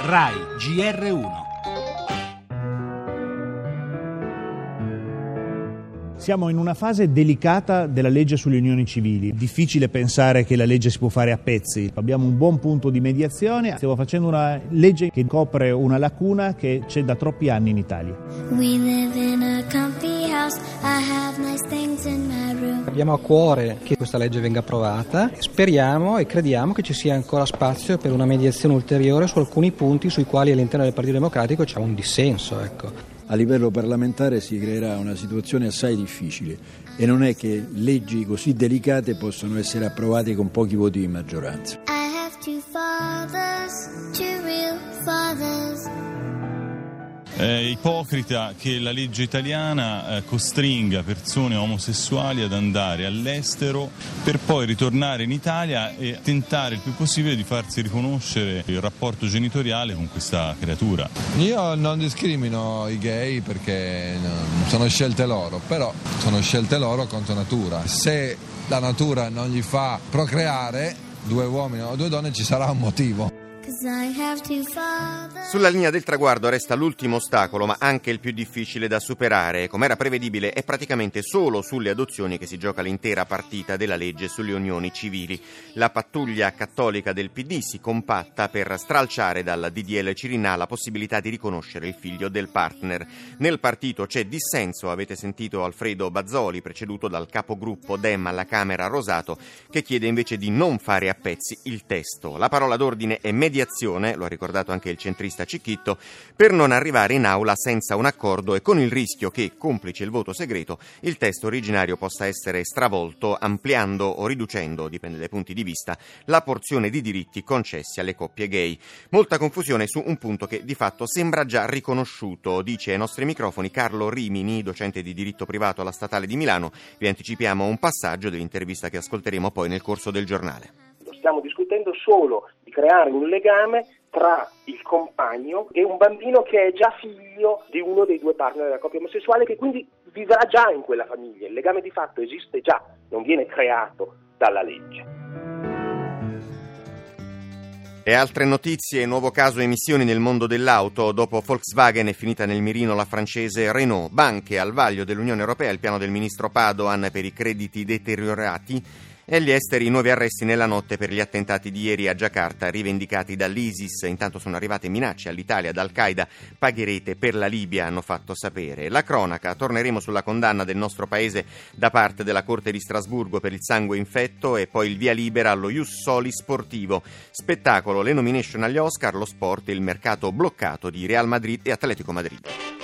RAI GR1. Siamo in una fase delicata della legge sulle unioni civili. Difficile pensare che la legge si può fare a pezzi. Abbiamo un buon punto di mediazione. Stiamo facendo una legge che copre una lacuna che c'è da troppi anni in Italia. Abbiamo a cuore che questa legge venga approvata. Speriamo e crediamo che ci sia ancora spazio per una mediazione ulteriore su alcuni punti sui quali all'interno del Partito Democratico c'è un dissenso, A livello parlamentare si creerà una situazione assai difficile e non è che leggi così delicate possano essere approvate con pochi voti di maggioranza. I have two fathers, two real fathers. È ipocrita che la legge italiana costringa persone omosessuali ad andare all'estero per poi ritornare in Italia e tentare il più possibile di farsi riconoscere il rapporto genitoriale con questa creatura. Io non discrimino i gay perché sono scelte loro, però sono scelte loro contro natura. Se la natura non gli fa procreare, 2 uomini o 2 donne, ci sarà un motivo. Sulla linea del traguardo resta l'ultimo ostacolo, ma anche il più difficile da superare. Come era prevedibile, è praticamente solo sulle adozioni che si gioca l'intera partita della legge sulle unioni civili. La pattuglia cattolica del PD si compatta per stralciare dal DDL Cirinnà la possibilità di riconoscere il figlio del partner. Nel partito c'è dissenso, avete sentito Alfredo Bazzoli, preceduto dal capogruppo Dem alla Camera Rosato, che chiede invece di non fare a pezzi il testo. La parola d'ordine è mediazione, lo ha ricordato anche il centrista Cicchitto, per non arrivare in aula senza un accordo e con il rischio che, complice il voto segreto, il testo originario possa essere stravolto, ampliando o riducendo, dipende dai punti di vista, la porzione di diritti concessi alle coppie gay. Molta confusione su un punto che di fatto sembra già riconosciuto, dice ai nostri microfoni Carlo Rimini, docente di diritto privato alla Statale di Milano. Vi anticipiamo un passaggio dell'intervista che ascolteremo poi nel corso del giornale. Stiamo discutendo solo di creare un legame tra il compagno e un bambino che è già figlio di uno dei 2 partner della coppia omosessuale, che quindi vivrà già in quella famiglia. Il legame di fatto esiste già, non viene creato dalla legge. E altre notizie, nuovo caso emissioni nel mondo dell'auto. Dopo Volkswagen è finita nel mirino la francese Renault. Banche al vaglio dell'Unione Europea, il piano del ministro Padoan per i crediti deteriorati. E gli esteri, nuovi arresti nella notte per gli attentati di ieri a Giacarta, rivendicati dall'ISIS. Intanto sono arrivate minacce all'Italia da Al-Qaeda. Pagherete per la Libia, hanno fatto sapere. La cronaca, torneremo sulla condanna del nostro paese da parte della Corte di Strasburgo per il sangue infetto e poi il via libera allo Ius Soli sportivo. Spettacolo, le nomination agli Oscar, lo sport e il mercato bloccato di Real Madrid e Atletico Madrid.